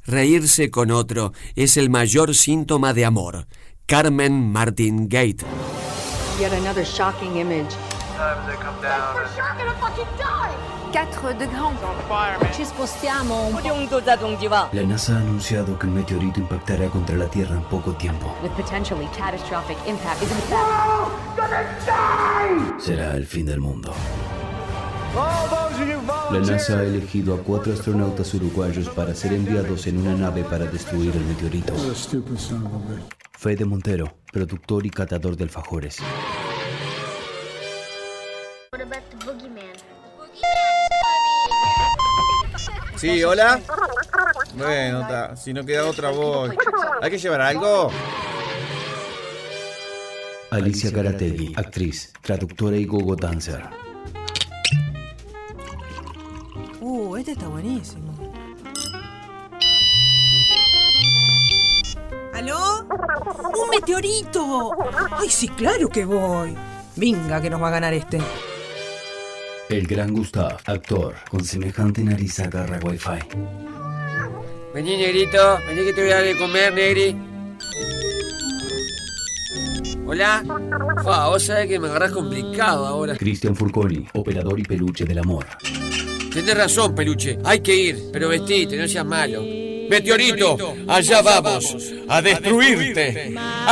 Reírse con otro es el mayor síntoma de amor. Carmen Martin Gate. Yet another shocking image. Sometimes they come down and... You're gonna fucking die! 4 degrés. on fire, man. Ci spostiamo un po'. La NASA ha anunciado que un meteorito impactará contra la Tierra en poco tiempo. With potentially catastrophic impact is in fact... Será el fin del mundo. All those of you La NASA ha elegido a 4 astronautas uruguayos para ser enviados en una nave para destruir el meteorito. Fede Montero, productor y catador de alfajores. What about the boogeyman? Sí, hola. Bueno, si no queda otra voz. ¿Hay que llevar algo? Alicia Caratelli, actriz, traductora y gogo dancer. Este está buenísimo. ¿Aló? ¡Un meteorito! ¡Ay, sí, claro que voy! Venga, que nos va a ganar este. El gran Gustav, actor, con semejante nariz agarra wifi. Vení, negrito, vení que te voy a dar de comer, negri. Hola. Vos sabés que me agarrás complicado ahora. Cristian Furconi, operador y peluche del amor. Tenés razón, peluche. Hay que ir, pero vestite, no seas malo. Meteorito, allá vamos a destruirte. 3,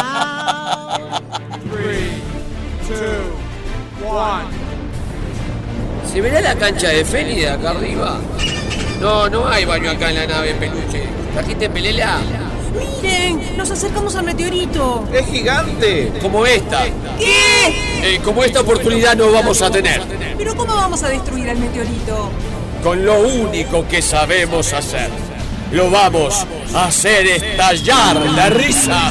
2, 1. ¿Se verá la cancha de Feli de acá arriba? No hay baño acá en la nave, peluche. ¿Trajiste pelela? ¡Miren! ¡Nos acercamos al meteorito! ¡Es gigante! Como esta. ¿Qué? Como esta oportunidad no vamos a tener. ¿Pero cómo vamos a destruir al meteorito? Con lo único que sabemos hacer. Lo vamos a hacer estallar la risa.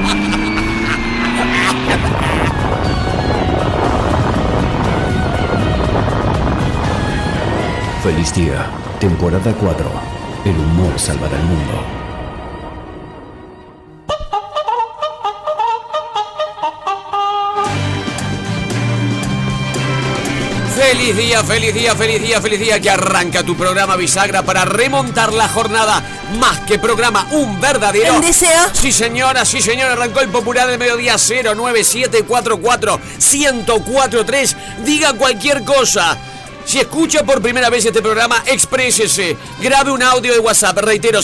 Feliz día, temporada 4. El humor salvará el mundo. Feliz día, feliz día, feliz día, feliz día, que arranca tu programa bisagra para remontar la jornada. Más que programa, un verdadero... ¿El deseo? Sí señora, arrancó el popular del mediodía. 09744-1043. Diga cualquier cosa. Si escucha por primera vez este programa, exprésese. Grabe un audio de WhatsApp, reitero,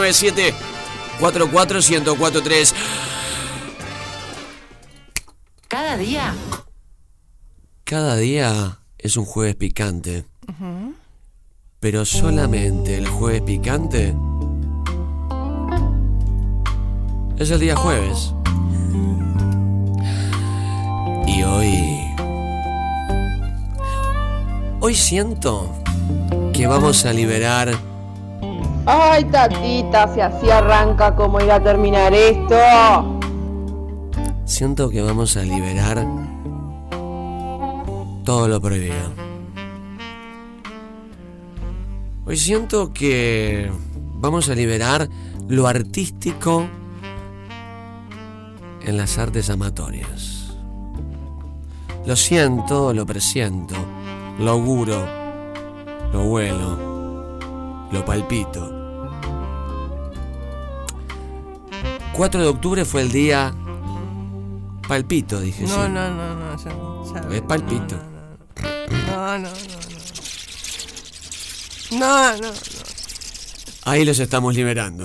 09744-1043. Cada día es un jueves picante. Pero solamente el jueves picante es el día jueves. Y hoy siento que vamos a liberar... Ay, tatita, si así arranca, ¿cómo irá a terminar esto? Siento que vamos a liberar todo lo prohibido. Hoy siento que vamos a liberar lo artístico en las artes amatorias. Lo siento, lo presiento, lo auguro, lo huelo, lo palpito. 4 de octubre fue el día... Palpito, dije. No, sí. no, ya Es palpito. No. Ahí los estamos liberando.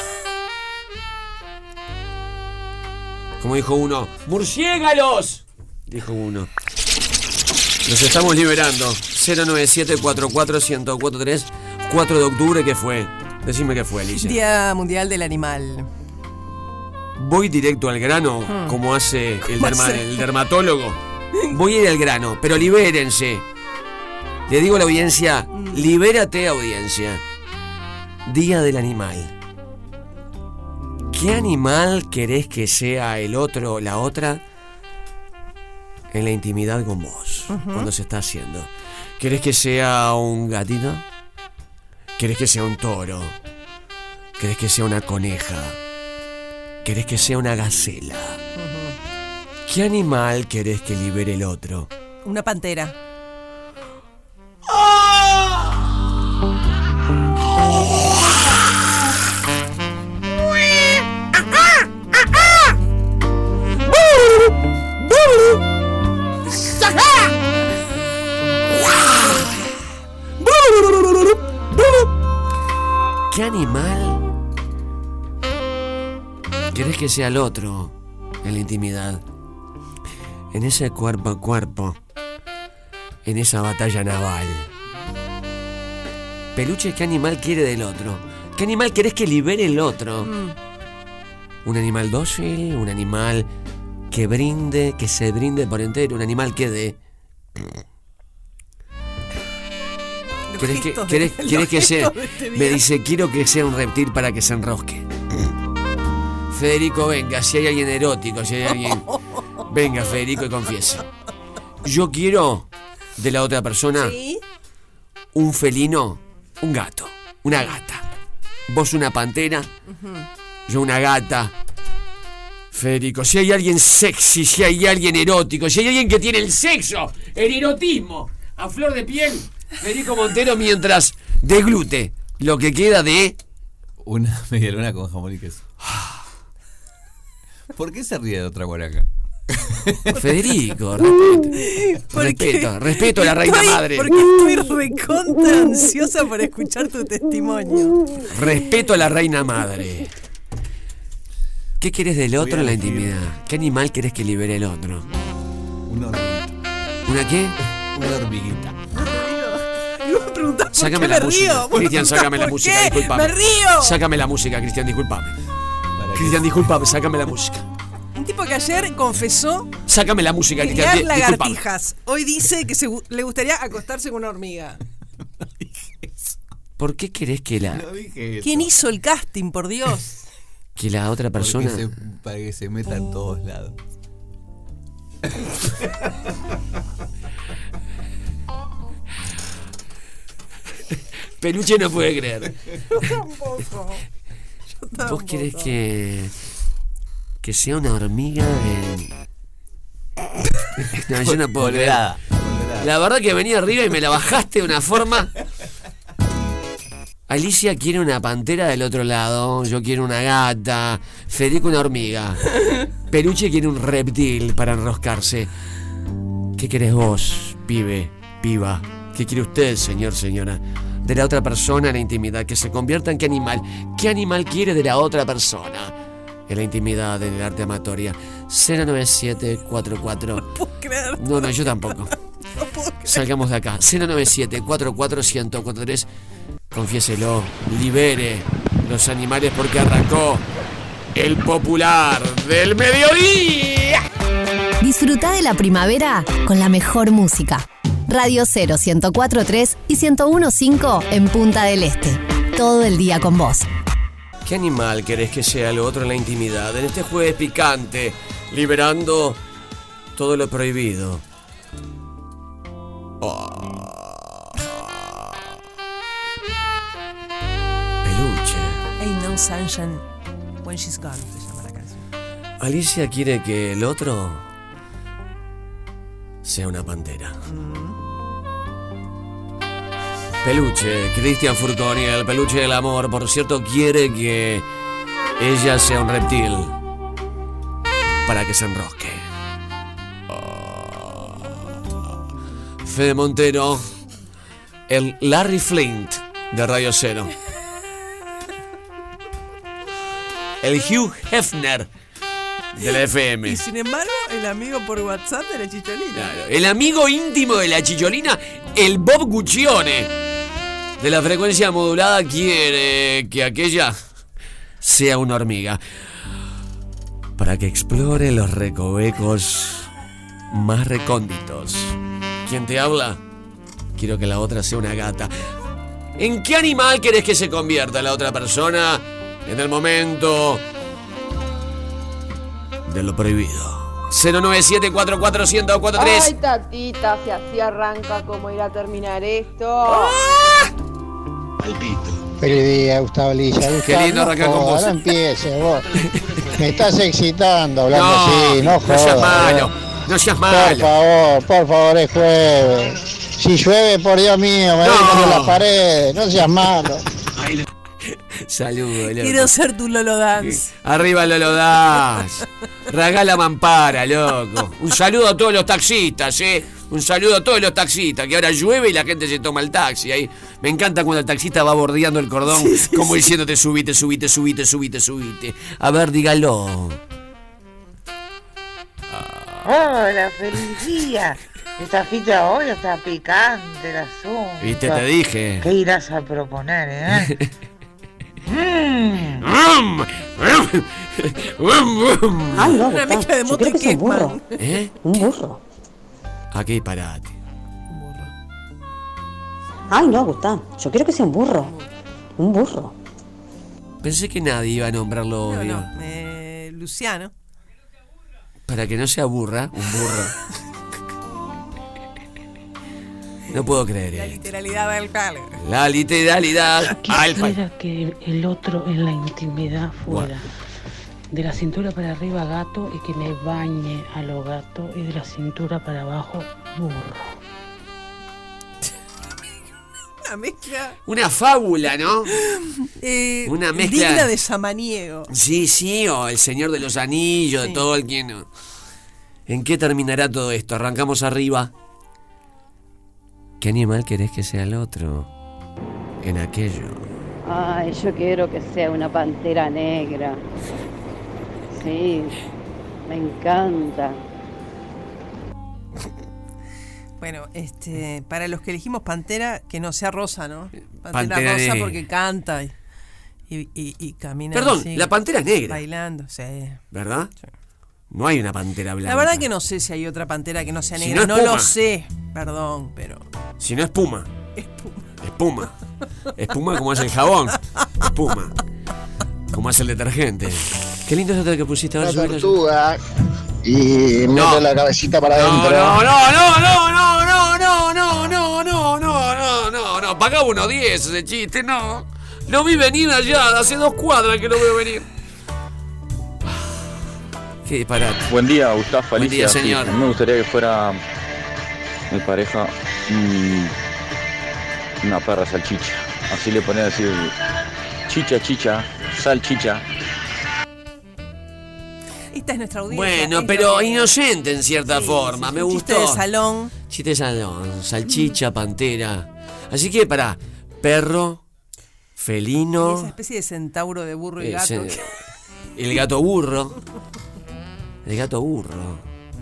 Como dijo uno, ¡murciélagos! Dijo uno. Los estamos liberando. 097441043. 4 de octubre, ¿qué fue? Decime qué fue, Alicia. Día Mundial del Animal. Voy directo al grano, como hace el dermatólogo. Voy a ir al grano, pero libérense. Le digo a la audiencia, libérate, audiencia. Día del animal. ¿Qué animal querés que sea el otro o la otra en la intimidad con vos? Cuando se está haciendo. ¿Querés que sea un gatito? ¿Querés que sea un toro? ¿Querés que sea una coneja? ¿Querés que sea una gacela? ¿Qué animal querés que libere el otro? Una pantera. animal. ¿Querés que sea el otro en la intimidad? En ese cuerpo a cuerpo, en esa batalla naval. Peluche, ¿qué animal quiere del otro? ¿Qué animal querés que libere el otro? ¿Un animal dócil? ¿Un animal que brinde, que se brinde por entero? ¿Un animal que dé? ¿Querés que sea? Me dice, quiero que sea un reptil para que se enrosque. Federico, venga, si hay alguien erótico, si hay alguien... Venga, Federico, y confiese. Yo quiero de la otra persona un felino, un gato, una gata. Vos una pantera, yo una gata. Federico, si hay alguien sexy, si hay alguien erótico, si hay alguien que tiene el sexo, el erotismo a flor de piel, Federico Montero, mientras deglute lo que queda de... Una medialuna con jamón y queso. ¿Por qué se ríe de otra guaraca? Federico, respeto a la reina madre. Porque estoy recontra ansiosa por escuchar tu testimonio. Respeto a la reina madre. ¿Qué querés del otro en la intimidad? ¿Qué animal querés que libere el otro? Una hormiguita. ¿Una qué? Una hormiguita. Sácame la música. Cristian, sácame la música, disculpame. ¡Me río! Sácame la música, Cristian, disculpame. Cristian, disculpame, sácame la música. Un tipo que ayer confesó sácame la música, criar Cristian, lagartijas. Hoy dice que le gustaría acostarse con una hormiga. No dije eso. ¿Por qué querés que la... No dije eso. ¿Quién hizo el casting, por Dios? Que la otra persona... Para que se meta en todos lados. Peluche no puede creer. Yo tampoco. ¿Vos querés que sea una hormiga en... No, yo no puedo creer. La verdad que venía arriba y me la bajaste de una forma... Alicia quiere una pantera del otro lado, yo quiero una gata, Federico una hormiga, Peluche quiere un reptil para enroscarse. ¿Qué querés vos, pibe, piba? ¿Qué quiere usted, señor, señora? De la otra persona en la intimidad, que se convierta en qué animal. ¿Qué animal quiere de la otra persona en la intimidad del arte amatoria? 09744. No puedo creer. No, yo tampoco. No puedo creer. Salgamos de acá. 097441043. Confiéselo, libere los animales porque arrancó el popular del mediodía. Disfruta de la primavera con la mejor música. Radio 0, 104.3 y 101.5 en Punta del Este. Todo el día con vos. ¿Qué animal querés que sea lo otro en la intimidad? En este jueves picante, liberando todo lo prohibido. Peluche. Ain't no sunshine when she's gone, se llama la canción. Alicia quiere que el otro sea una pantera. Peluche, Cristian Furconi, el peluche del amor, por cierto, quiere que ella sea un reptil para que se enrosque. Fede Montero, el Larry Flint de Radio Cero. El Hugh Hefner de la FM. Y sin embargo, el amigo por WhatsApp de la Chicholina. Claro, el amigo íntimo de la Chicholina, el Bob Guccione de la frecuencia modulada, quiere que aquella sea una hormiga para que explore los recovecos más recónditos. ¿Quién te habla? Quiero que la otra sea una gata. ¿En qué animal querés que se convierta la otra persona en el momento de lo prohibido? 097441043. Ay, tatita, si así arranca, ¿cómo irá a terminar esto? Feliz día, Gustavo Lilla. Qué lindo arrancar con vos. No empieces vos. Me estás excitando hablando así, no jodas. No seas malo, no seas malo. Por favor, es jueves. Si llueve, por Dios mío, me voy con las paredes. No seas malo. Saludos, loco. Quiero ser tu Lolo Dance. Arriba Lolo Dance. Regala mampara, loco. Un saludo a todos los taxistas, Un saludo a todos los taxistas, que ahora llueve y la gente se toma el taxi. Ahí me encanta cuando el taxista va bordeando el cordón, como diciéndote subite. A ver, dígalo. Hola, feliz día. Esta ficha hoy está picante el asunto. Viste, te dije. ¿Qué irás a proponer, Ay, no, Una mezcla de yo moto creo y que es un burro. ¿Eh? Un burro. ¿A qué disparate? Ay, no, Gustavo. Yo quiero que sea un burro. Un burro. Pensé que nadie iba a nombrarlo hoy. No, Luciano. Para que no se aburra, un burro. No puedo creer. La literalidad del palo. La literalidad al palo. Quisiera que el otro en la intimidad fuera de la cintura para arriba gato y que me bañe a lo gato y de la cintura para abajo burro. Una mezcla. Una fábula, ¿no? Una mezcla. Digna de Samaniego. Sí, o El Señor de los Anillos, de todo el que no. ¿En qué terminará todo esto? Arrancamos arriba. ¿Qué animal querés que sea el otro? En aquello. Ay, yo quiero que sea una pantera negra. Sí, me encanta. Bueno, para los que elegimos Pantera, que no sea rosa, ¿no? Pantera rosa negra. porque canta y camina. Perdón, así, la pantera es negra. Bailando, sí. ¿Verdad? Sí. No hay una pantera blanca. La verdad que no sé si hay otra pantera que no sea Si negra. no es No puma. lo sé, perdón, pero... Si no es puma. Espuma. Espuma como es el jabón. Espuma. Como es el detergente. Qué lindo es lo que pusiste ahora. Una tortuga y mete la cabecita para adentro. No. Pagaba 1.10 ese chiste, no. Lo vi venir allá, hace 2 cuadras que lo veo venir. Qué disparate. Buen día, Gustavo Buen Alicia. día, señor. Sí, a mí me gustaría que fuera mi pareja una perra salchicha. Así le ponía a decir chicha, salchicha. Esta es nuestra audiencia. Bueno, pero inocente en cierta forma, me gustó. Chiste de salón. Chiste de salón, salchicha, pantera. Así que perro, felino. Esa especie de centauro de burro y gato. El gato burro. El gato burro.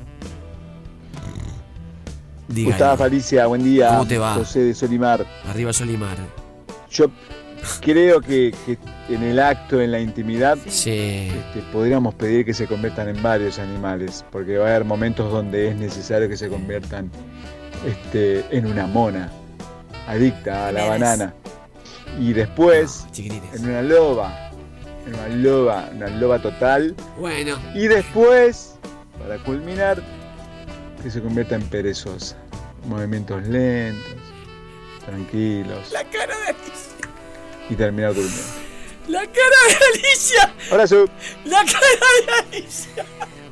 Dígale. Gustavo Alicia, buen día. ¿Cómo te va? José de Solimar. Arriba Solimar. Yo creo que en el acto, en la intimidad, podríamos pedir que se conviertan en varios animales, porque va a haber momentos donde es necesario que se conviertan en una mona adicta a la banana. Y después en una loba. Una loba total. Bueno. Y después, para culminar, que se convierta en perezosa. Movimientos lentos, tranquilos. La cara de Alicia. Y terminar durmiendo. La cara de Alicia. Abrazo. La cara de Alicia.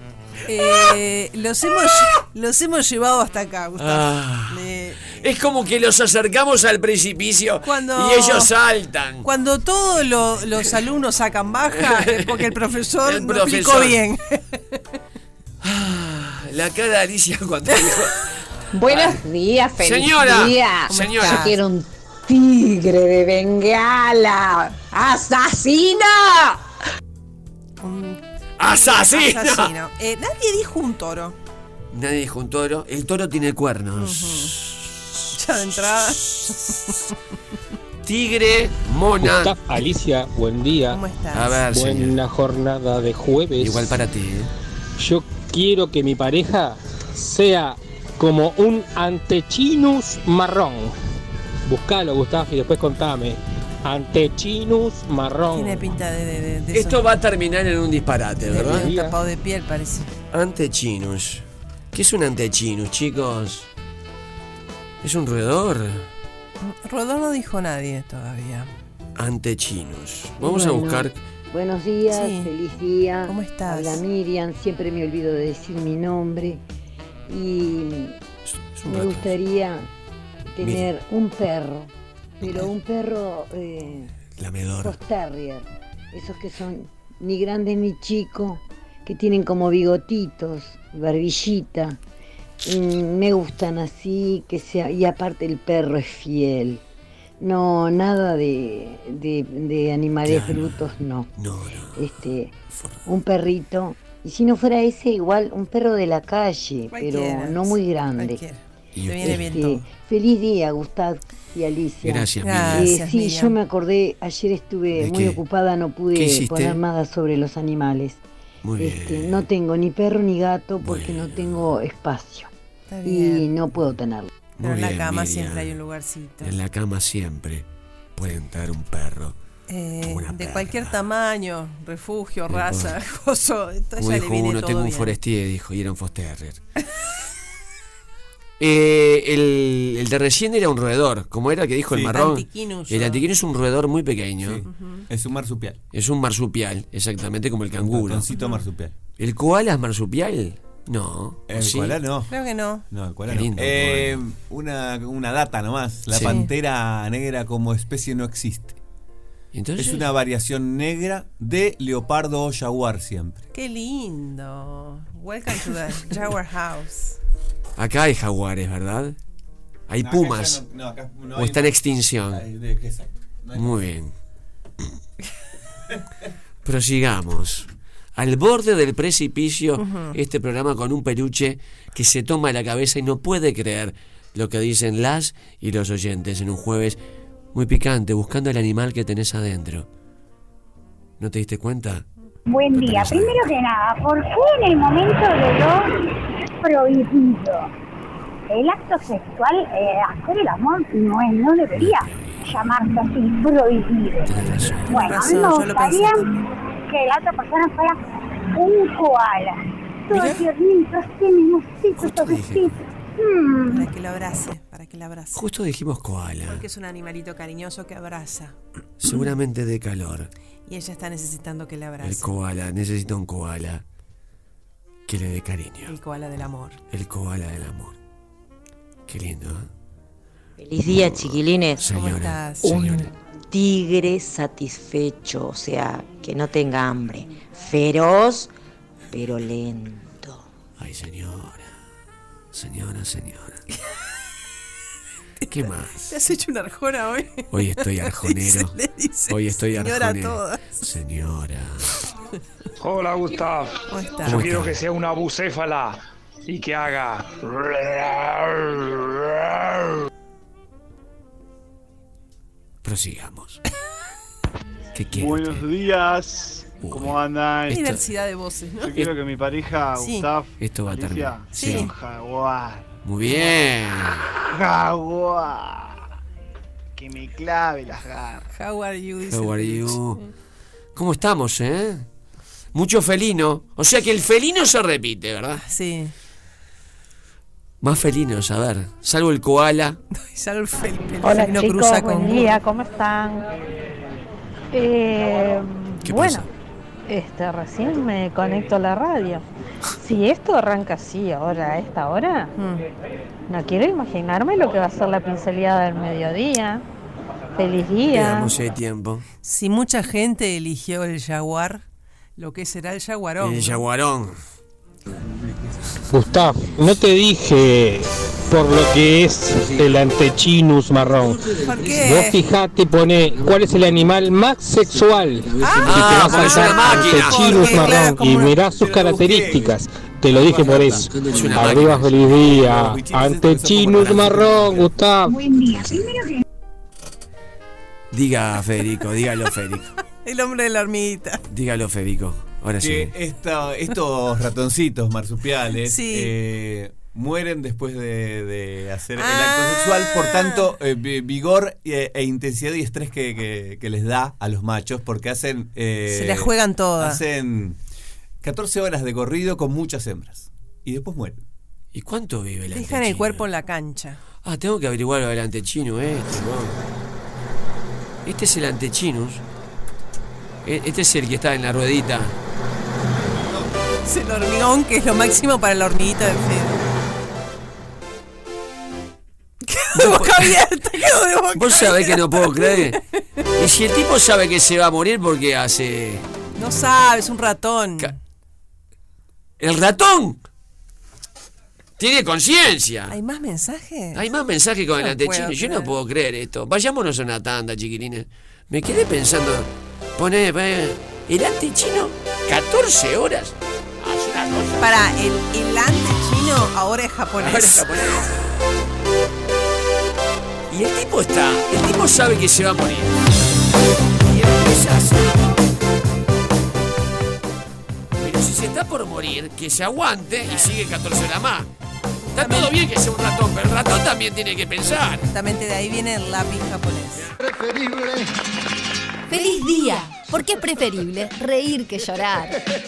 Los hemos llevado hasta acá, Gustavo. Es como que los acercamos al precipicio y ellos saltan. Cuando todos los alumnos sacan baja es porque el profesor no explicó bien. La cara de Alicia cuando dijo... Buenos días, feliz Señora, día. señora. Yo quiero un tigre de Bengala. ¡Asesino! ¡Asesino! Nadie dijo un toro. Nadie dijo un toro. El toro tiene cuernos. Ya de entrada. Tigre, mona. Gustavo, Alicia, buen día. ¿Cómo estás? A ver, buena jornada de jueves. Igual para ti, Yo quiero que mi pareja sea como un Antechinus marrón. Buscalo, Gustavo, y después contame. Antechinus marrón. Tiene pinta de Esto va a terminar en un disparate, ¿verdad? Un tapado de piel, parece. Antechinus. ¿Qué es un antechinus, chicos? ¿Es un roedor? Roedor no dijo nadie todavía. Antechinus. Vamos a buscar... Buenos días, feliz día. ¿Cómo estás? Habla Miriam, siempre me olvido de decir mi nombre. Y me gustaría tener un perro, pero un perro lamedor. Cross Terrier, esos que son ni grandes ni chicos, que tienen como bigotitos, barbillita, Me gustan así, que sea, y aparte el perro es fiel. No, nada de animales brutos, no. Un perrito, y si no fuera ese, igual un perro de la calle, pero no muy grande. Te viene bien todo. Feliz día, Gustavo y Alicia. Gracias, sí, yo me acordé, ayer estuve muy ocupada, no pude poner nada sobre los animales. Muy bien. No tengo ni perro ni gato porque no tengo espacio. Y no puedo tenerlo. Pero en la cama Miriam. siempre hay un lugarcito. En la cama siempre puede entrar un perro. De cualquier tamaño, refugio, raza, gozo. Como dijo uno, tengo un forestier, dijo, y era un Fosterrier. El de recién era un roedor, como era que dijo el marrón. El antiquino es un roedor muy pequeño. Sí. Es un marsupial. Es un marsupial, exactamente como el canguro. Ratoncito marsupial. ¿El koala es marsupial? No. El koala no. Creo que no. No, el koala Qué no. lindo, Una data nomás. La pantera negra como especie no existe. ¿Entonces? Es una variación negra de leopardo o jaguar siempre. Qué lindo. Welcome to the Jaguar House. Acá hay jaguares, ¿verdad? Hay pumas. Acá no o hay está en extinción. Muy bien. Prosigamos. Al borde del precipicio, este programa con un peluche que se toma la cabeza y no puede creer lo que dicen las y los oyentes en un jueves muy picante, buscando el animal que tenés adentro. ¿No te diste cuenta? Buen día. Primero que nada, ¿por qué en el momento de lo prohibido? El acto sexual, hacer el amor, no debería llamarse así, prohibido. Bueno, a mí me gustaría que la otra persona fuera un koala. Todo tiernito, así, mimosito, suavecito. Para que la abrace. Justo dijimos koala. Porque es un animalito cariñoso que abraza. Seguramente de calor. Y ella está necesitando que le abrace. El koala, necesita un koala que le dé cariño. El koala del amor. El koala del amor. Qué lindo, ¿eh? Feliz día, chiquilines. ¿Cómo estás? Un tigre satisfecho, o sea, que no tenga hambre. Feroz, pero lento. Ay, señora. Señora. ¿Qué más? ¿Te has hecho una arjona hoy? Hoy estoy arjonero. Hoy estoy señora arjonero. todas. Señora. Hola, Gustavo. ¿Cómo estás? Yo quiero que sea una bucéfala y que haga... Prosigamos. ¿Qué quieres? Buenos días. ¿Cómo andan? Qué diversidad de voces, ¿no? Yo quiero que mi pareja, Gustavo, esto va a terminar. sea un jaguar. Muy bien. Jaguar. Que me clave las garras. How are you? Dice How are you? ¿Cómo estamos, Mucho felino. O sea que el felino se repite, ¿verdad? Sí. Más felinos, a ver. Salvo el koala. Salvo el Hola felino chicos, cruza buen con... día, ¿cómo están? ¿Qué Bueno, pasa? recién me conecto a la radio. Si esto arranca así ahora, a esta hora, no quiero imaginarme lo que va a ser la pincelada del mediodía. Feliz día. Veamos si hay tiempo. Si mucha gente eligió el jaguar, lo que será el jaguarón. El jaguarón. Gustavo, no te dije por lo que es el antechinus marrón. ¿Por qué? Vos fijate, pone cuál es el animal más sexual. Y te vas porque a es una saltar máquina. antechinus Porque, claro, marrón como y una- mirá sus características. Te lo dije por eso. Es una Arriba, máquina. feliz día. Antechinus marrón, Gustavo. Buen día. Primero que Diga, Federico, dígalo, Federico. El hombre de la hormiguita. Dígalo, Federico. Ahora sí. Que estos ratoncitos marsupiales Sí. mueren después de hacer el acto sexual, por tanto, vigor e intensidad y estrés que les da a los machos, porque hacen... Se la juegan todas. Hacen 14 horas de corrido con muchas hembras. Y después mueren. ¿Y cuánto vive el Dejan antechino? el cuerpo en la cancha. Ah, tengo que averiguar lo del antechino ¿no? Este es el antechinus. Este es el que está en la ruedita. Es el hormigón, que es lo máximo para la hormiguita del Fede. Quedó de boca abierta, quedó de boca Vos sabés que abierta. no puedo creer. Y si el tipo sabe que se va a morir porque hace... No sabe, es un ratón. ¡El ratón! Tiene conciencia. ¿Hay más mensajes? Hay más mensajes con el No antechino. puedo Yo no creer. puedo creer esto. Vayámonos a una tanda, chiquilines. Me quedé pensando. Poné, el antechino, 14 horas. Hace una cosa. Para, el antechino ahora es japonés. Ahora es japonés. Y el tipo sabe que se va a morir. Y empieza así. Pero si se está por morir, que se aguante y sigue 14 horas más. Está todo bien que sea un ratón, pero el ratón también tiene que pensar. Justamente de ahí viene el lápiz japonés. ¡Feliz día! Porque es preferible reír que llorar.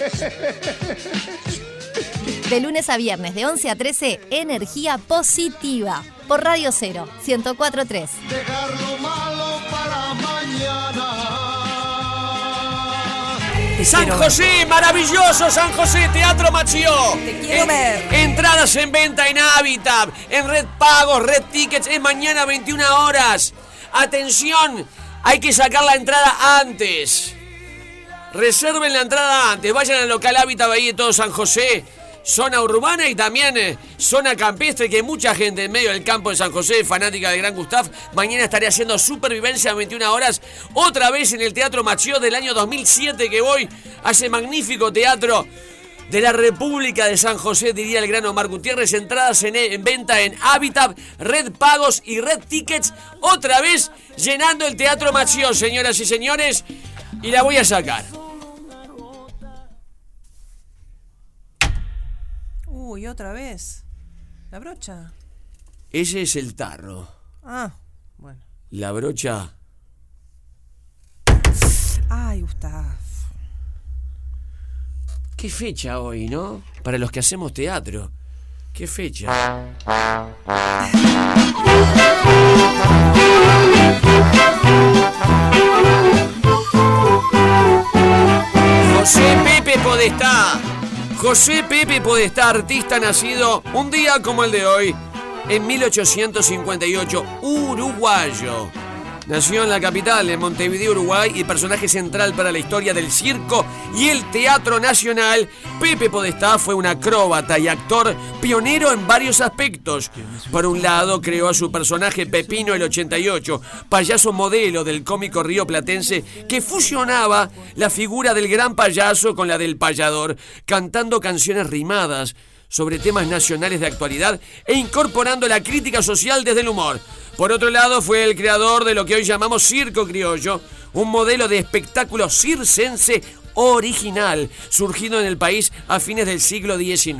De lunes a viernes, de 11 a 13, energía positiva. Por Radio 0, 104.3. Dejar lo malo para mañana. San José, maravilloso San José, Teatro Machió. Te quiero ver. Entradas en venta en Habitat, en Red Pagos, Red Tickets, es mañana 21 horas. Atención, hay que sacar la entrada antes. Reserven la entrada antes, vayan al local Habitat ahí de todo San José. Zona urbana y también zona campestre, que mucha gente en medio del campo de San José, fanática del Gran Gustav. Mañana estaré haciendo Supervivencia a 21 horas, otra vez en el Teatro Machió del año 2007 que voy a ese magnífico teatro de la República de San José, diría el gran Omar Gutiérrez. Entradas en venta en Habitat, Red Pagos y Red Tickets, otra vez llenando el Teatro Machió, señoras y señores, y la voy a sacar. Uy, otra vez. La brocha. Ese es el tarro. Ah, bueno. La brocha. Ay, Gustav. Qué fecha hoy, ¿no? Para los que hacemos teatro. Qué fecha. José Pepe Podestá. José Pepe Podestá, artista nacido un día como el de hoy, en 1858, uruguayo. Nació en la capital, en Montevideo, Uruguay, y personaje central para la historia del circo y el teatro nacional. Pepe Podestá fue un acróbata y actor pionero en varios aspectos. Por un lado, creó a su personaje Pepino el 88, payaso modelo del cómico rioplatense que fusionaba la figura del gran payaso con la del payador, cantando canciones rimadas sobre temas nacionales de actualidad e incorporando la crítica social desde el humor. Por otro lado, fue el creador de lo que hoy llamamos circo criollo, un modelo de espectáculo circense original, surgido en el país a fines del siglo XIX.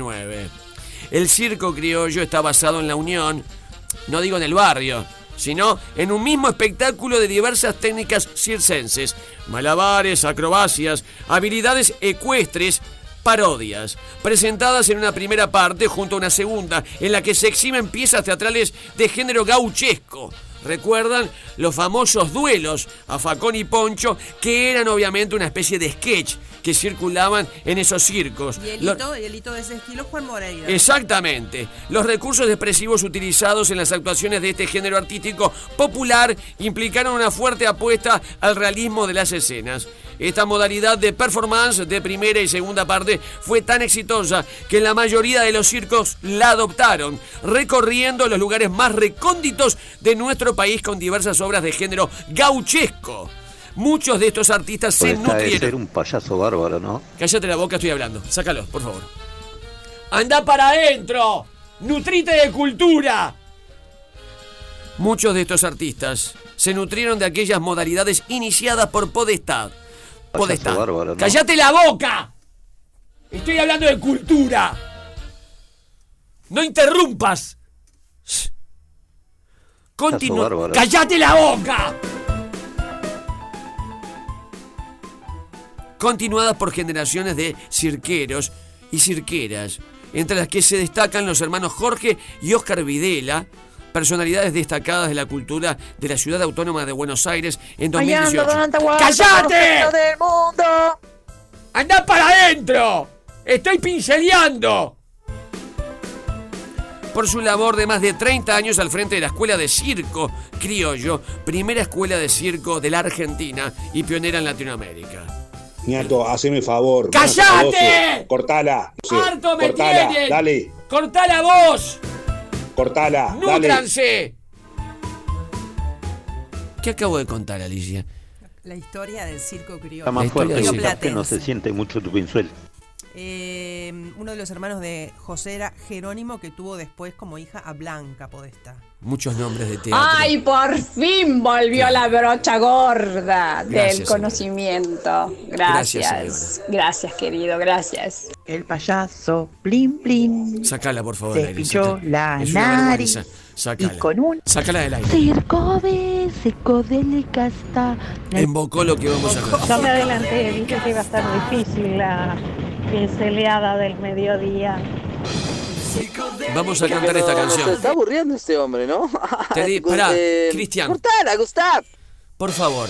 El circo criollo está basado en la unión, no digo en el barrio, sino en un mismo espectáculo de diversas técnicas circenses, malabares, acrobacias, habilidades ecuestres, parodias, presentadas en una primera parte junto a una segunda, en la que se exhiben piezas teatrales de género gauchesco. ¿Recuerdan los famosos duelos a Facón y Poncho, que eran obviamente una especie de sketch que circulaban en esos circos? Y el hito de ese estilo, Juan Moreira. Exactamente. Los recursos expresivos utilizados en las actuaciones de este género artístico popular implicaron una fuerte apuesta al realismo de las escenas. Esta modalidad de performance de primera y segunda parte fue tan exitosa que la mayoría de los circos la adoptaron, recorriendo los lugares más recónditos de nuestro país con diversas obras de género gauchesco. Muchos de estos artistas se Pues nutrieron. ser un payaso bárbaro, ¿no? Cállate la boca, estoy hablando. Sácalo, por favor. ¡Anda para adentro! ¡Nutrite de cultura! Muchos de estos artistas se nutrieron de aquellas modalidades iniciadas por Podestá. Payaso bárbaro, ¿no? ¡Cállate la boca! Estoy hablando de cultura. ¡No interrumpas! Continúa. bárbaro. ¡Cállate la boca! Continuadas por generaciones de cirqueros y cirqueras, entre las que se destacan los hermanos Jorge y Óscar Videla, personalidades destacadas de la cultura de la ciudad autónoma de Buenos Aires en 2018. ¡Cállate! del mundo! ¡Anda para adentro! ¡Estoy pinceleando! Por su labor de más de 30 años al frente de la Escuela de Circo Criollo, primera escuela de circo de la Argentina y pionera en Latinoamérica. Ñato, haceme favor. ¡Cállate! Cortala. ¡Harto me Cortala, tienen! dale. ¡Cortala vos! Cortala, dale. ¡Nútranse! ¿Qué acabo de contar, Alicia? La historia del circo criollo. Está más fuerte, que no se siente mucho tu pinzuel. Uno de los hermanos de José era Jerónimo, que tuvo después como hija a Blanca Podestá. Muchos nombres de teatro. ¡Ay, por fin volvió la brocha gorda Gracias, del conocimiento! Gracias. Gracias, querido, gracias. El payaso, plin, plin. Sácala, por favor. Se pinchó la Es una nariz. vergüenza. Sácala. Y con un Sácala del aire. psicodélica está. Invocó lo que vamos a hacer. Yo me adelanté, dije que iba a estar difícil la pinceleada del mediodía. Vamos a cantar esta canción. Se está aburriendo este hombre, ¿no? Pará, Cristian. Cortala, Gustav. Por favor.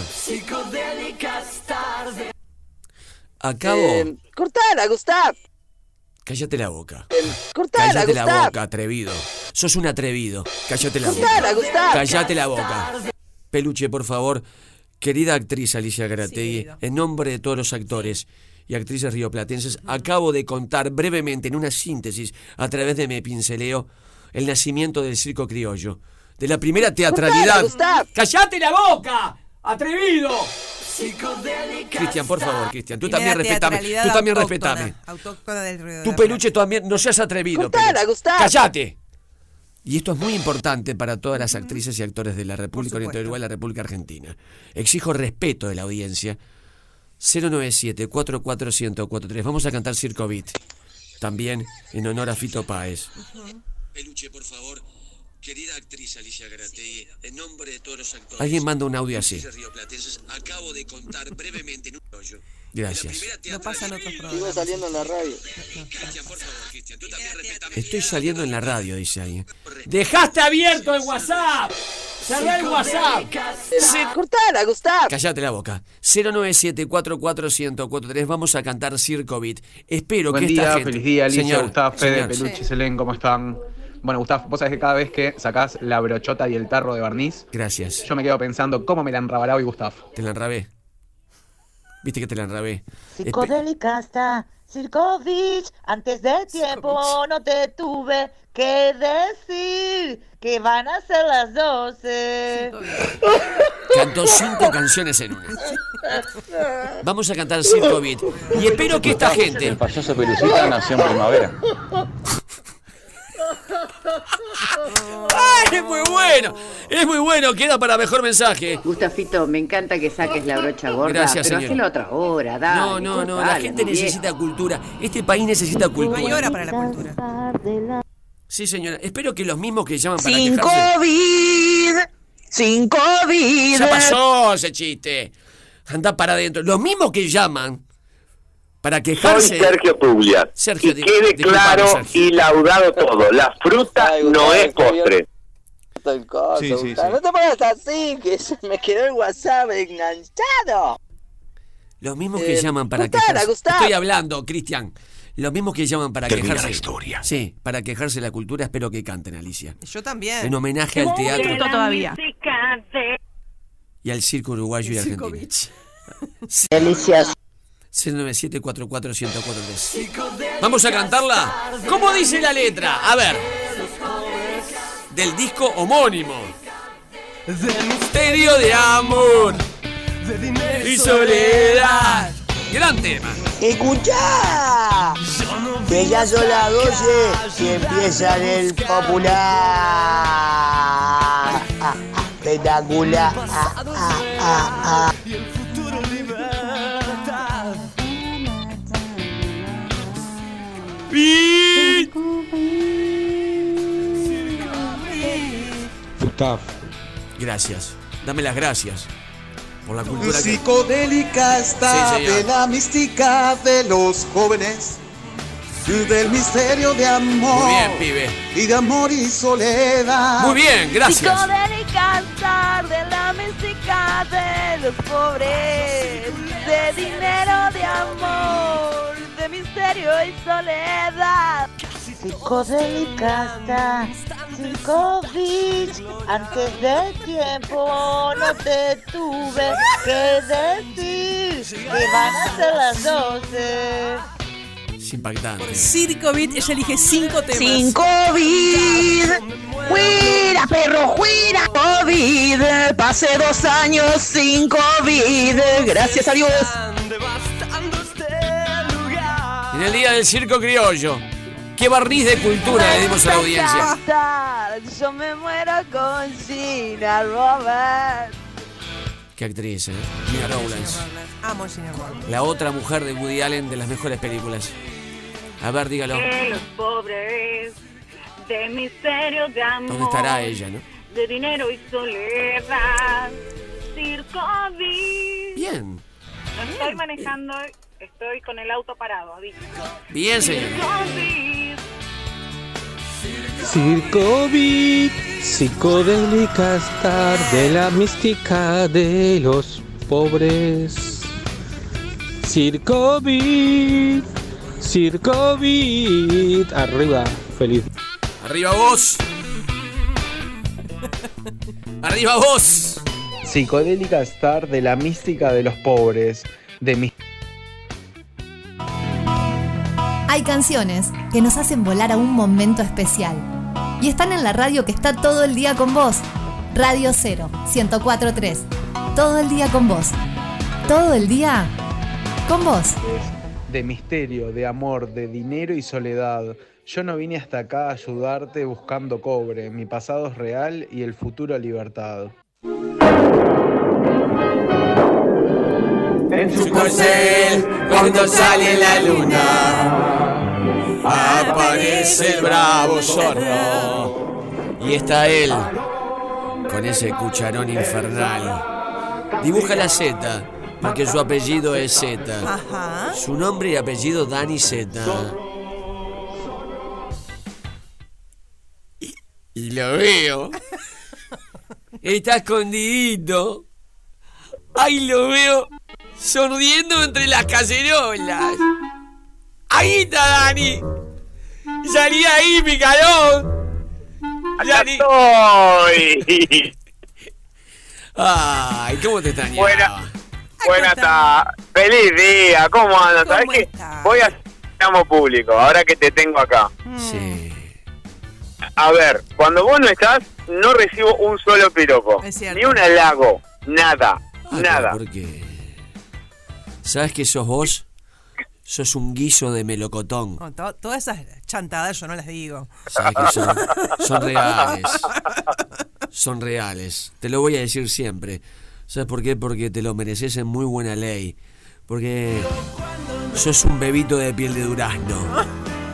Acabo. Cortala, Gustav. Cállate la boca. Cortala, Cállate la Gustav. boca, atrevido. Sos un atrevido. Cállate la Cortala, boca. Gustav. Cállate la boca. Peluche, por favor. Querida actriz Alicia Garategui, en nombre de todos los actores y actrices rioplatenses, acabo de contar brevemente, en una síntesis, a través de mi pinceleo, el nacimiento del circo criollo, de la primera teatralidad. ¡Cállate la boca! ¡Atrevido! Cristian, por favor, Cristian, tú también respetame. Tú también respetame. Autóctona del ruido. Tú, Peluche, también, no seas atrevido. ¡Cállate! Y esto es muy importante para todas las actrices y actores de la República Oriental Uruguay y la República Argentina. Exijo respeto de la audiencia. 097-44143. Vamos a cantar Circo Beat. También en honor a Fito Páez. Peluche, por favor. Querida actriz Alicia Garategui, en nombre de todos los actores. Alguien manda un audio así. Acabo de contar brevemente en un rollo. Gracias. No pasan otros programas. Sigo saliendo en la radio. Estoy saliendo en la radio, dice alguien. ¡Dejaste abierto el WhatsApp! ¡Cerrá el WhatsApp! Cortala, Gustav. Cállate la boca. 097-44143. Vamos a cantar Circo Beat. Espero Buen que día, esta gente... feliz día, Alicia, Señor, Gustavo, Fede, señor. Peluche, Selén, ¿cómo están? Bueno, Gustavo, vos sabés que cada vez que sacás la brochota y el tarro de barniz, gracias. Yo me quedo pensando cómo me la enrabará hoy Gustavo. Te la enrabé. Viste que te la enrabé. Psicodélica está Circo Beach. Antes del tiempo no te tuve que decir que van a ser las 12. Cantó 5 canciones en una. Vamos a cantar Circo Beat. Y espero que esta gente... El payaso Pelucita nació en primavera. ¡Ay, es muy bueno! Es muy bueno, queda para mejor mensaje. Gustafito, me encanta que saques la brocha gorda. Gracias, pero señor. hacelo otra hora, dale. No, la gente necesita cultura. Este país necesita cultura. No hay hora para la cultura. Sí, señora. Espero que los mismos que llaman para Sin quejarse... COVID. Sin COVID. Ya pasó ese chiste. Anda para adentro. Los mismos que llaman para quejarse... Soy Sergio Puglia. Sergio, y quede claro Sergio. y laudado todo. La fruta no es postre. Sí. No te pongas así, que se me quedó el WhatsApp enganchado. Los mismos que llaman para quejarse... Estoy hablando, Cristian. Los mismos que llaman para Termina quejarse... la historia. Sí, para quejarse de la cultura, espero que canten, Alicia. Yo también. En homenaje al teatro Todavía. y al circo uruguayo y argentino. Delicias. 097-44143. ¿Vamos a cantarla? ¿Cómo dice la letra? A ver. Del disco homónimo. De misterio de amor y soledad. Gran tema. ¡Escuchá! Que ya son las 12 y empieza el popular. Espectacular. Gustavo. Gracias. Dame las gracias por la cultura que... Psicodélica está Sí, señor. de la mística de los jóvenes, del misterio de amor. Muy bien, pibe. Y de amor y soledad. Muy bien, gracias. Psicodélica estar de la música de los pobres, de dinero, de amor, de misterio y soledad. Psicodélica está Circo Beach. Antes del tiempo no te tuve que decir que van a ser las 12. Es impactante. Circo Beat, ella elige 5 temas. Sin COVID. ¡Fuera, perro, fuera! COVID. Pasé 2 años sin COVID. Gracias a Dios. En el día del circo criollo, ¿qué barniz de cultura le dimos a la audiencia? Yo me muero con Gina Roberts. Qué actriz, Gina Rowlands. Amo Gina Roberts. La otra mujer de Woody Allen de las mejores películas. A ver, dígalo. De los pobres, de misterio, de amor. ¿Dónde estará ella, no? De dinero y soledad. Circo Beat. Bien. No estoy manejando, estoy con el auto parado. Bien, señor. Circo Beat, psicodélica star de la mística de los pobres. Circo Beat, Circo Beat. Arriba, feliz. Arriba vos. Arriba vos. Psicodélica star de la mística de los pobres. De mis... Hay canciones que nos hacen volar a un momento especial y están en la radio que está todo el día con vos. Radio 0, 104.3. Todo el día con vos. Todo el día con vos. De misterio, de amor, de dinero y soledad. Yo no vine hasta acá a ayudarte buscando cobre. Mi pasado es real y el futuro libertad. En su corcel, cuando sale la luna, aparece el bravo zorro. Y está él, con ese cucharón infernal. Dibuja la Z, porque su apellido es Z. Ajá. Su nombre y apellido Dani Z. Y lo veo. Está escondidito. Ahí lo veo sonriendo entre las cacerolas. Ahí está Dani. Salí ahí, picadón. ¡Acá estoy! Ay, ¿cómo te extrañaba? Buena tarde. Feliz día. ¿Cómo andas? ¿Sabes qué? Voy a hacer público, ahora que te tengo acá. Sí. A ver, cuando vos no estás, no recibo un solo piropo. Ni un halago. Nada. Nada. ¿Por qué? ¿Sabes que sos vos? Sos un guiso de melocotón. No, todas esas chantadas yo no las digo. ¿Sabes que son reales? Son reales. Te lo voy a decir siempre. ¿Sabes por qué? Porque te lo mereces en muy buena ley. Porque sos un bebito de piel de durazno.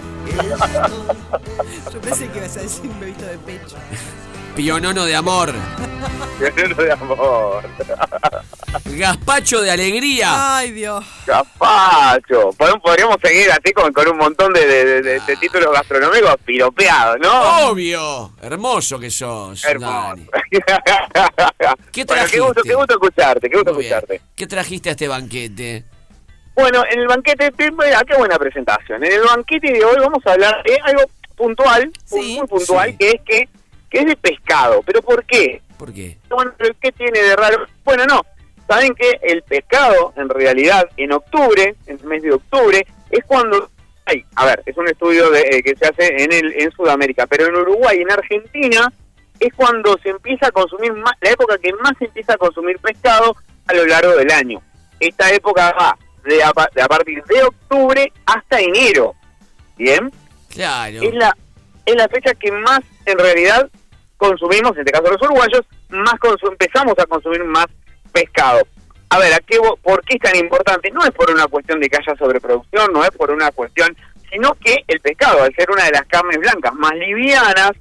Yo pensé que ibas a decir un bebito de pecho. Pionono de amor. Pionono de amor. Gazpacho de alegría. Ay, Dios. Gazpacho. Podríamos seguir así con un montón de títulos gastronómicos piropeados, ¿no? Obvio. Hermoso que sos. Hermoso. ¿Qué trajiste? Bueno, qué gusto escucharte. ¿Qué trajiste a este banquete? Bueno, en el banquete, mira, qué buena presentación. En el banquete de hoy vamos a hablar de algo puntual, muy puntual, que es de pescado. ¿Pero por qué? ¿Por qué? Bueno, ¿qué tiene de raro? Bueno, no. Saben que el pescado, en realidad, en octubre, en el mes de octubre, es cuando hay, a ver, es un estudio que se hace en Sudamérica, pero en Uruguay y en Argentina es cuando se empieza a consumir más, la época que más se empieza a consumir pescado a lo largo del año. Esta época va de a partir de octubre hasta enero. ¿Bien? Claro. Es la fecha que más, en realidad, consumimos, en este caso los uruguayos, empezamos a consumir más pescado. A ver, ¿por qué es tan importante? No es por una cuestión de que haya sobreproducción, no es por una cuestión, sino que el pescado, al ser una de las carnes blancas más livianas,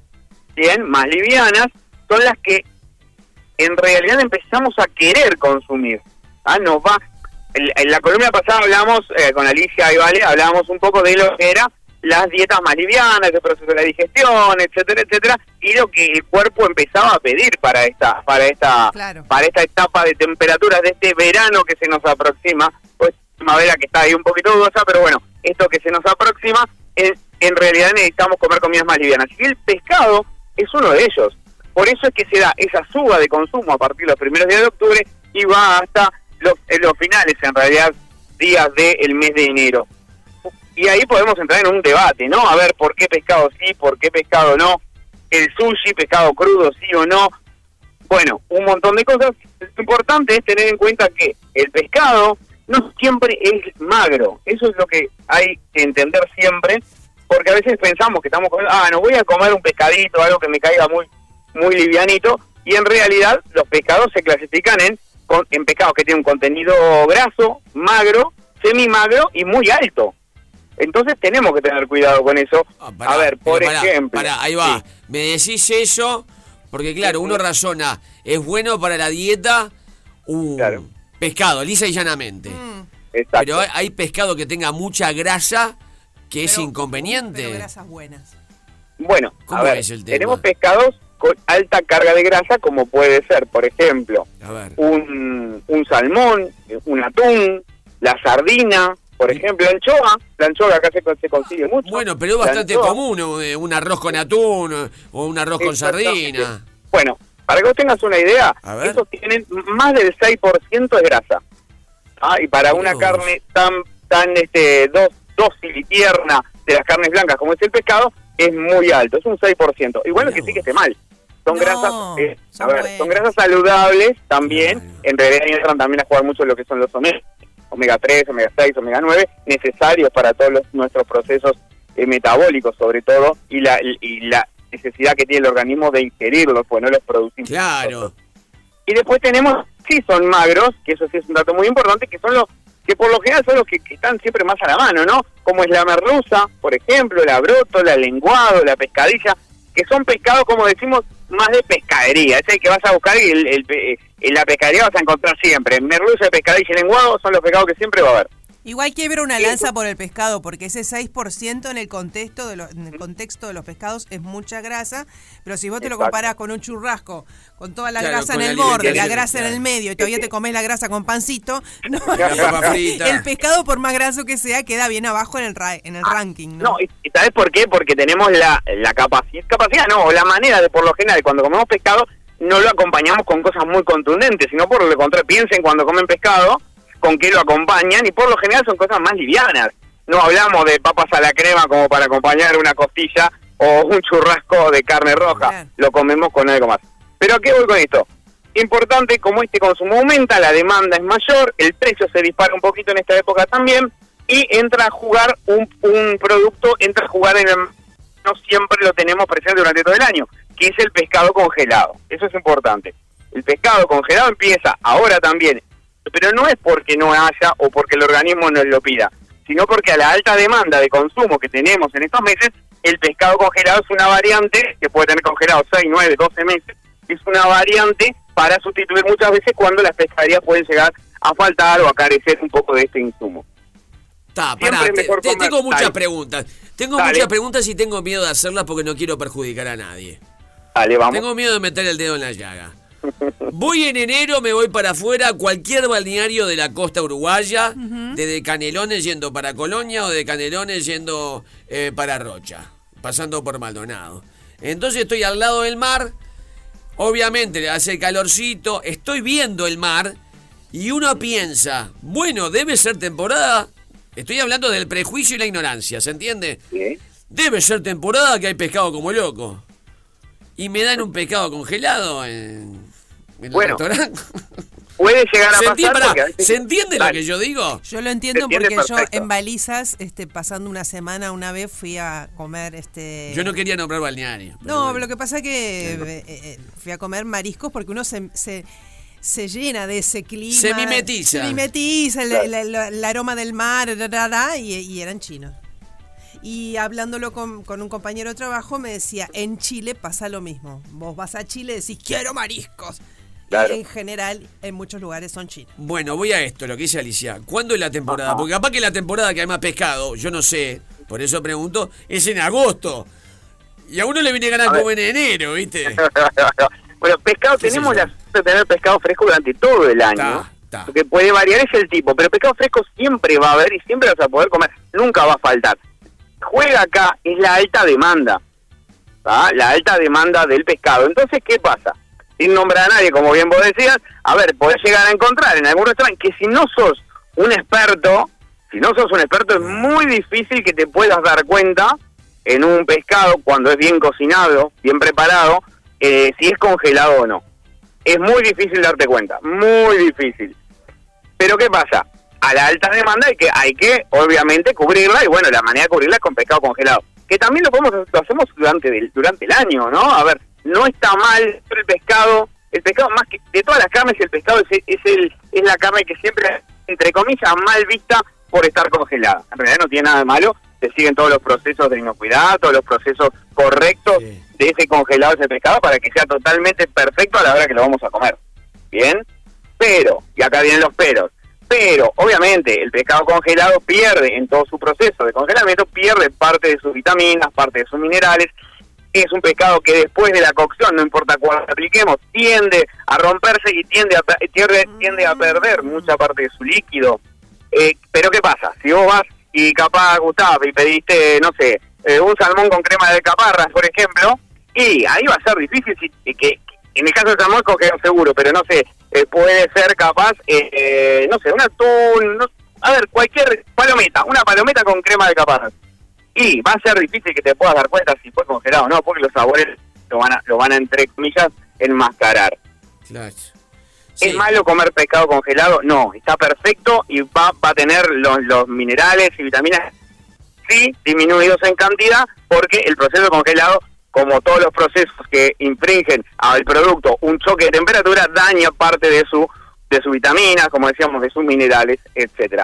son las que en realidad empezamos a querer consumir. En la columna pasada hablamos con Alicia y Vale, hablábamos un poco de lo que era las dietas más livianas, el proceso de la digestión, etcétera, etcétera, y lo que el cuerpo empezaba a pedir para esta etapa de temperaturas de este verano que se nos aproxima, pues primavera que está ahí un poquito dudosa, pero bueno, esto que se nos aproxima, en realidad necesitamos comer comidas más livianas, y el pescado es uno de ellos. Por eso es que se da esa suba de consumo a partir de los primeros días de octubre y va hasta los finales, en realidad, días del mes de enero. y ahí podemos entrar en un debate, ¿no? A ver, ¿por qué pescado sí, por qué pescado no? El sushi, pescado crudo, sí o no. Bueno, un montón de cosas. Lo importante es tener en cuenta que el pescado no siempre es magro. Eso es lo que hay que entender siempre, porque a veces pensamos que estamos comiendo, no voy a comer un pescadito, algo que me caiga muy livianito, y en realidad los pescados se clasifican en pescados que tienen un contenido graso, magro, semimagro y muy alto. Entonces tenemos que tener cuidado con eso. A ver, por ejemplo... ahí va. Sí. Me decís eso, porque claro, uno razona, es bueno para la dieta pescado, lisa y llanamente. Exacto. Pero hay pescado que tenga mucha grasa que es inconveniente. Pero grasas buenas. Bueno, ¿cómo es el tema? Tenemos pescados con alta carga de grasa, como puede ser, por ejemplo, un salmón, un atún, la sardina, por ejemplo, la anchoa acá se consigue mucho. Bueno, pero es bastante común un arroz con atún o un arroz con sardina. Bueno, para que vos tengas una idea, esos tienen más del 6% de grasa. Y para una carne tan dócil y tierna de las carnes blancas como es el pescado, es muy alto, es un 6%. Igual es que sí que esté mal. Son grasas, son grasas saludables también. En realidad entran también a jugar mucho lo que son los omega 3, omega 6, omega 9, necesarios para todos nuestros procesos metabólicos, sobre todo, y la necesidad que tiene el organismo de ingerirlos, pues no los producimos. Claro. Y después tenemos, sí son magros, que eso sí es un dato muy importante, que son los que por lo general son los que están siempre más a la mano, ¿no? Como es la merluza, por ejemplo, la brótola, el lenguado, la pescadilla, que son pescados, como decimos, más de pescadería. Es el que vas a buscar y en la pescadería vas a encontrar siempre. Merluza, pescadilla y lenguado son los pescados que siempre va a haber. Igual quiebra una lanza por el pescado, porque ese 6% en el contexto de los pescados es mucha grasa, pero si vos te lo comparás con un churrasco, con toda la grasa en el borde, la grasa en el medio, y todavía te comés la grasa con pancito, no, el pescado, por más graso que sea, queda bien abajo en el ranking. No, ¿y sabés por qué? Porque tenemos la capacidad, o la manera de, por lo general, cuando comemos pescado, no lo acompañamos con cosas muy contundentes, sino por lo contrario, piensen cuando comen pescado, con qué lo acompañan, y por lo general son cosas más livianas. No hablamos de papas a la crema como para acompañar una costilla o un churrasco de carne roja. Claro. Lo comemos con algo más. ¿Pero a qué voy con esto? Importante, como este consumo aumenta, la demanda es mayor, el precio se dispara un poquito en esta época también, y entra a jugar un producto, entra a jugar no siempre lo tenemos presente durante todo el año, que es el pescado congelado. Eso es importante. El pescado congelado empieza ahora también, pero no es porque no haya o porque el organismo nos lo pida, sino porque a la alta demanda de consumo que tenemos en estos meses, el pescado congelado es una variante que puede tener congelado 6, 9, 12 meses, es una variante para sustituir muchas veces cuando las pescaderías pueden llegar a faltar o a carecer un poco de este insumo. Tengo muchas preguntas. Muchas preguntas y tengo miedo de hacerlas porque no quiero perjudicar a nadie. Dale, vamos. Tengo miedo de meter el dedo en la llaga. Voy en enero, me voy para afuera, cualquier balneario de la costa uruguaya, desde Canelones yendo para Colonia o de Canelones yendo para Rocha, pasando por Maldonado. Entonces estoy al lado del mar, obviamente hace calorcito, estoy viendo el mar y uno piensa, bueno, debe ser temporada, estoy hablando del prejuicio y la ignorancia, ¿se entiende? ¿Sí? Debe ser temporada que hay pescado como loco. Y me dan un pescado congelado en el restaurante. Puede llegar a pasar. ¿Se entiende lo que yo digo? Yo lo entiendo porque perfecto. Yo en Balizas, pasando una semana, una vez fui a comer. Yo no quería nombrar balneario. No, bueno. Lo que pasa es que fui a comer mariscos porque uno se llena de ese clima. Se mimetiza. El aroma del mar, y eran chinos. Y hablándolo con un compañero de trabajo me decía, en Chile pasa lo mismo. Vos vas a Chile y decís, quiero mariscos. Claro. Y en general, en muchos lugares son chinos. Bueno, voy a esto, lo que dice Alicia. ¿Cuándo es la temporada? Porque capaz que la temporada que hay más pescado, yo no sé, por eso pregunto, es en agosto. Y a uno le viene ganas como en enero, ¿viste? Bueno, pescado, tenemos la suerte de tener pescado fresco durante todo el año. Lo que puede variar es el tipo, pero pescado fresco siempre va a haber y siempre vas a poder comer, nunca va a faltar. Juega acá es la alta demanda, la alta demanda del pescado. Entonces, ¿qué pasa? Sin nombrar a nadie, como bien vos decías, a ver, podés llegar a encontrar en algún restaurante que si no sos un experto, Si no sos un experto, es muy difícil que te puedas dar cuenta en un pescado, cuando es bien cocinado, bien preparado, si es congelado o no. Es muy difícil darte cuenta, muy difícil. Pero ¿qué pasa? A la alta demanda hay que obviamente cubrirla, y bueno, la manera de cubrirla es con pescado congelado, que también lo hacemos durante el año, ¿no? A ver, no está mal el pescado más que de todas las carnes, el pescado es la carne que siempre, entre comillas, mal vista por estar congelada. En realidad no tiene nada de malo, se siguen todos los procesos de inocuidad, todos los procesos correctos de ese congelado, ese pescado, para que sea totalmente perfecto a la hora que lo vamos a comer. ¿Bien? Pero, y acá vienen los pero obviamente el pescado congelado pierde en todo su proceso de congelamiento, pierde parte de sus vitaminas, parte de sus minerales. Es un pescado que después de la cocción, no importa cuál apliquemos, tiende a romperse y tiende a perder mucha parte de su líquido. Pero ¿qué pasa? Si vos vas y capaz, Gustavo, y pediste, no sé, un salmón con crema de alcaparras, por ejemplo, y ahí va a ser difícil, que en el caso del salmón congelado seguro, pero no sé, puede ser capaz, no sé, un atún, cualquier palometa, una palometa con crema de alcaparras. Y va a ser difícil que te puedas dar cuenta si fue congelado o no, porque los sabores lo van a entre comillas, enmascarar. Claro. ¿Es malo comer pescado congelado? No, está perfecto y va a tener los minerales y vitaminas, sí, disminuidos en cantidad, porque el proceso congelado, como todos los procesos que infringen al producto un choque de temperatura, daña parte de su vitaminas, como decíamos, de sus minerales, etcétera.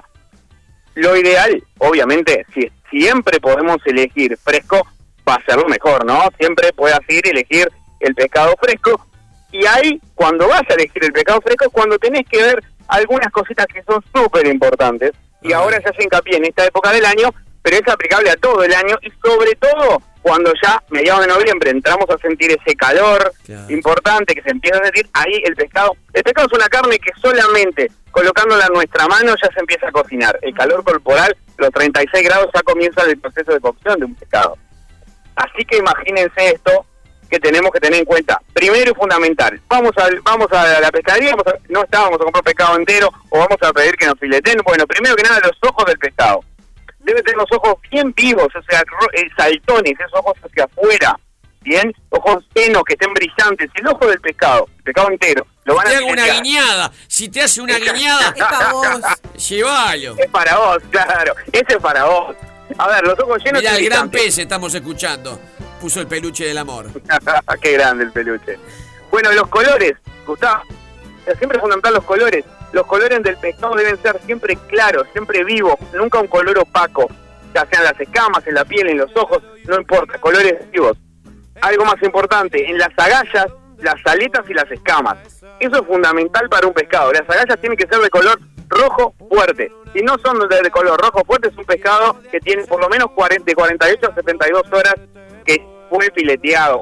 Lo ideal, obviamente, si siempre podemos elegir fresco, va a ser lo mejor, ¿no? Siempre puedas ir y elegir el pescado fresco. Y ahí, cuando vas a elegir el pescado fresco, es cuando tenés que ver algunas cositas que son súper importantes. Y ahora se hace hincapié en esta época del año, pero es aplicable a todo el año. Y sobre todo, cuando ya, mediados de noviembre, entramos a sentir ese calor importante que se empieza a sentir, ahí el pescado es una carne que solamente colocándola en nuestra mano ya se empieza a cocinar. El calor corporal, los 36 grados, ya comienza el proceso de cocción de un pescado. Así que imagínense esto que tenemos que tener en cuenta. Primero y fundamental, vamos a la pescadería, vamos a comprar pescado entero o vamos a pedir que nos fileten. Bueno, primero que nada, los ojos del pescado. Debe tener los ojos bien vivos, o sea, saltones, esos ojos hacia afuera, bien, ojos llenos, que estén brillantes. El ojo del pescado, el pescado entero, lo van a hacer una guiñada. Si te hace una guiñada, es para vos. Llévalo. Es para vos, claro, ese es para vos. A ver, los ojos llenos. Mirá, el gran pez estamos escuchando. Puso el peluche del amor. Qué grande el peluche. Bueno, los colores, Gustavo, siempre es fundamental los colores. Los colores del pescado deben ser siempre claros, siempre vivos, nunca un color opaco, ya sean las escamas, en la piel, en los ojos, no importa, colores vivos. Algo más importante, en las agallas, las aletas y las escamas. Eso es fundamental para un pescado. Las agallas tienen que ser de color rojo fuerte. Si no son de color rojo fuerte, es un pescado que tiene por lo menos de 48 a 72 horas que fue fileteado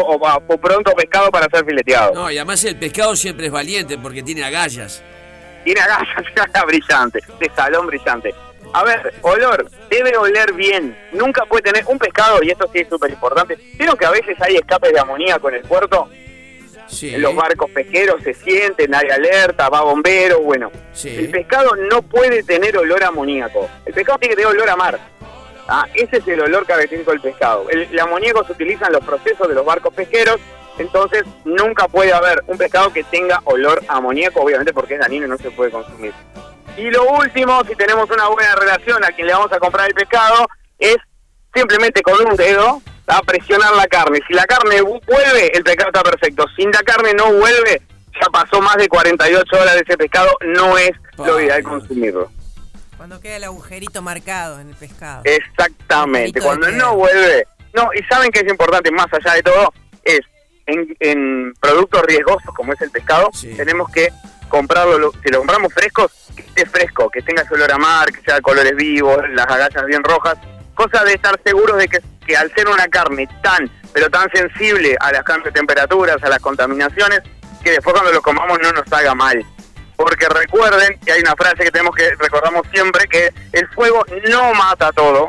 o pronto pescado para ser fileteado. No, y además el pescado siempre es valiente porque tiene agallas. Tiene agallas brillante, de salón brillante. A ver, olor, debe oler bien. Nunca puede tener un pescado, y esto sí es súper importante. ¿Vieron que a veces hay escapes de amoníaco en el puerto? Sí. En los barcos pesqueros se sienten, hay alerta, va bombero, bueno. Sí. El pescado no puede tener olor a amoníaco. El pescado tiene que tener olor a mar. Ese es el olor característico del pescado. El amoníaco se utiliza en los procesos de los barcos pesqueros, entonces nunca puede haber un pescado que tenga olor a amoníaco, obviamente porque es dañino y no se puede consumir. Y lo último, si tenemos una buena relación a quien le vamos a comprar el pescado, es simplemente con un dedo a presionar la carne. Si la carne vuelve, el pescado está perfecto. Si la carne no vuelve, ya pasó más de 48 horas de ese pescado, no es lo ideal consumirlo. Cuando queda el agujerito marcado en el pescado. Exactamente, cuando no vuelve. No, y saben que es importante, más allá de todo, es en productos riesgosos como es el pescado, tenemos que comprarlo, si lo compramos frescos, que esté fresco, que tenga ese olor a mar, que sea de colores vivos, las agallas bien rojas, cosa de estar seguros de que al ser una carne pero tan sensible a las cambios de temperaturas, a las contaminaciones, que después cuando lo comamos no nos haga mal. Porque recuerden que hay una frase que recordamos siempre, que el fuego no mata todo,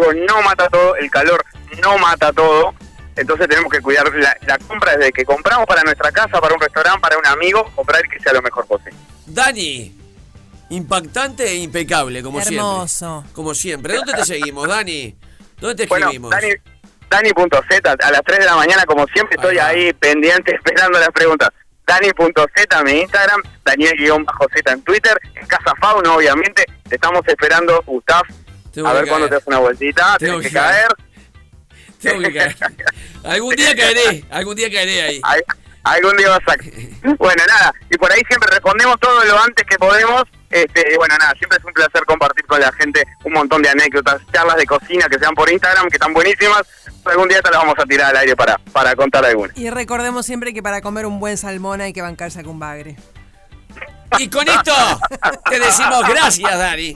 el calor no mata todo. Entonces tenemos que cuidar la compra desde que compramos para nuestra casa, para un restaurante, para un amigo, comprar que sea lo mejor posible. Dani, Impactante e impecable, como Hermoso. siempre. Como siempre. ¿Dónde te seguimos, Dani? ¿Dónde te escribimos? Bueno, Dani.z, a las 3 de la mañana, como siempre, estoy ahí pendiente esperando las preguntas. Dani.z en mi Instagram, Daniel-Z en Twitter, en Casa Fauna, obviamente. Te estamos esperando, Gustav. A ver cuándo te haces una vueltita. Tienes que caer. Tengo que caer. Algún día caeré ahí. Algún día vas a... Bueno, nada, y por ahí siempre respondemos todo lo antes que podemos. Bueno, nada, siempre es un placer compartir con la gente un montón de anécdotas, charlas de cocina que sean por Instagram, que están buenísimas. Algún día te las vamos a tirar al aire para contar algunas. Y recordemos siempre que para comer un buen salmón hay que bancarse con bagre. Y con esto te decimos gracias, Dani.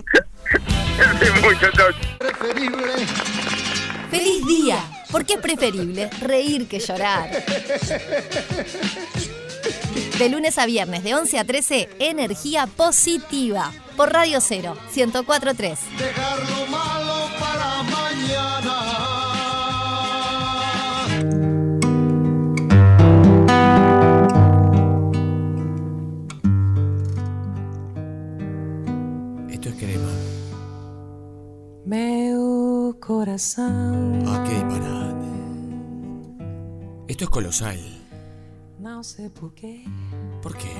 ¡Feliz día! Porque es preferible reír que llorar. De lunes a viernes, de 11 a 13, energía positiva. Por Radio 0, 104.3. Dejar lo malo para mañana. Esto es crema. Meu corazón. Ok, parate. Esto es colosal. No sé por qué. ¿Por qué?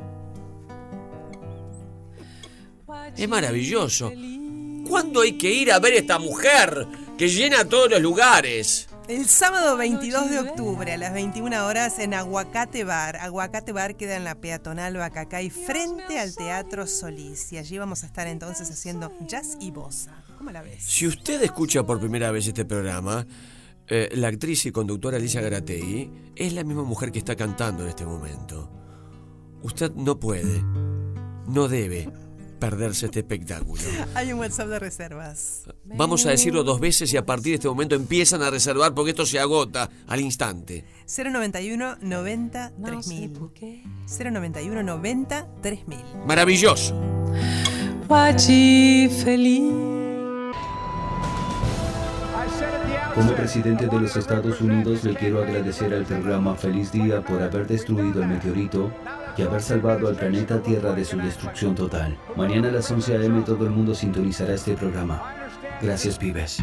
Es maravilloso. ¿Cuándo hay que ir a ver esta mujer que llena todos los lugares? El sábado 22 de octubre a las 21 horas en Aguacate Bar. Aguacate Bar queda en la peatonal Bacacay frente al Teatro Solís. Y allí vamos a estar entonces haciendo jazz y bossa. ¿Cómo la ves? Si usted escucha por primera vez este programa, la actriz y conductora Alicia Garategui es la misma mujer que está cantando en este momento. Usted no puede, no debe perderse este espectáculo. Hay un WhatsApp de reservas. Vamos a decirlo 2 veces y a partir de este momento empiezan a reservar porque esto se agota al instante. 091 90 3000. 091 90 3000. Maravilloso. Feliz. Como presidente de los Estados Unidos le quiero agradecer al programa Feliz Día por haber destruido el meteorito y haber salvado al planeta Tierra de su destrucción total. Mañana a las 11 a.m. todo el mundo sintonizará este programa. Gracias, pibes.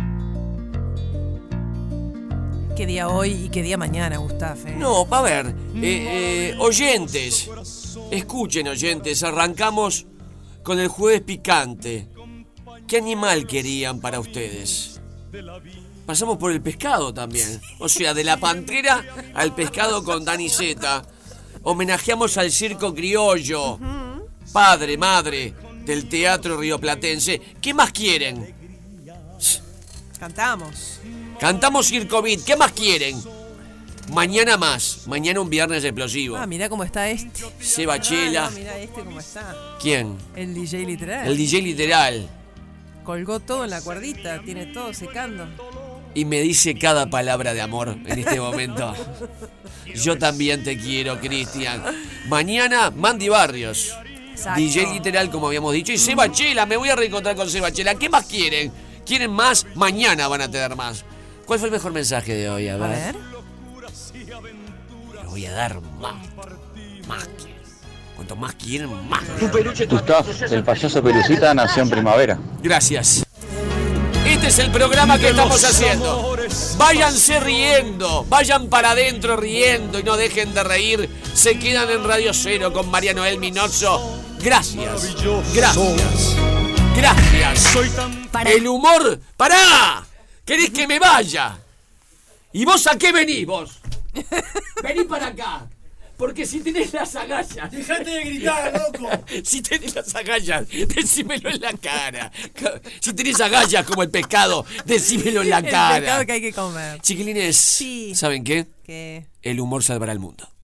¿Qué día hoy y qué día mañana, Gustav? No, a ver, oyentes, escuchen oyentes, arrancamos con el jueves picante. ¿Qué animal querían para ustedes? Pasamos por el pescado también. O sea, de la pantera al pescado con Dani Z. Homenajeamos al circo criollo. Padre, madre del teatro rioplatense. ¿Qué más quieren? Cantamos. Cantamos Circo Beat. ¿Qué más quieren? Mañana más. Mañana un viernes explosivo. Ah, mirá cómo está este. Seba Chela. No, mirá este cómo está. ¿Quién? El DJ literal. El DJ literal. Colgó todo en la cuerdita. Tiene todo secando. Y me dice cada palabra de amor en este momento. Yo también te quiero, Cristian. Mañana, Mandy Barrios. Exacto. DJ literal, como habíamos dicho. Y Seba Chela, me voy a reencontrar con Seba Chela. ¿Qué más quieren? ¿Quieren más? Mañana van a tener más. ¿Cuál fue el mejor mensaje de hoy? A ver. Le voy a dar más. Más quieren. Cuanto más quieren, más. Gustav, el payaso Pelucita nació en primavera. Gracias. Este es el programa que estamos haciendo. Váyanse riendo, vayan para adentro riendo y no dejen de reír. Se quedan en Radio 0 con María Noel Minozzo. Gracias, gracias, gracias. El humor, ¡pará! ¿Querés que me vaya? ¿Y vos a qué venís vos? Vení para acá. Porque si tenés las agallas... ¡Dejate de gritar, loco! Si tenés las agallas, decímelo en la cara. Si tenés agallas como el pescado, decímelo en la cara. El pescado que hay que comer. Chiquilines, sí. ¿Saben qué? ¿Qué? El humor salvará el mundo.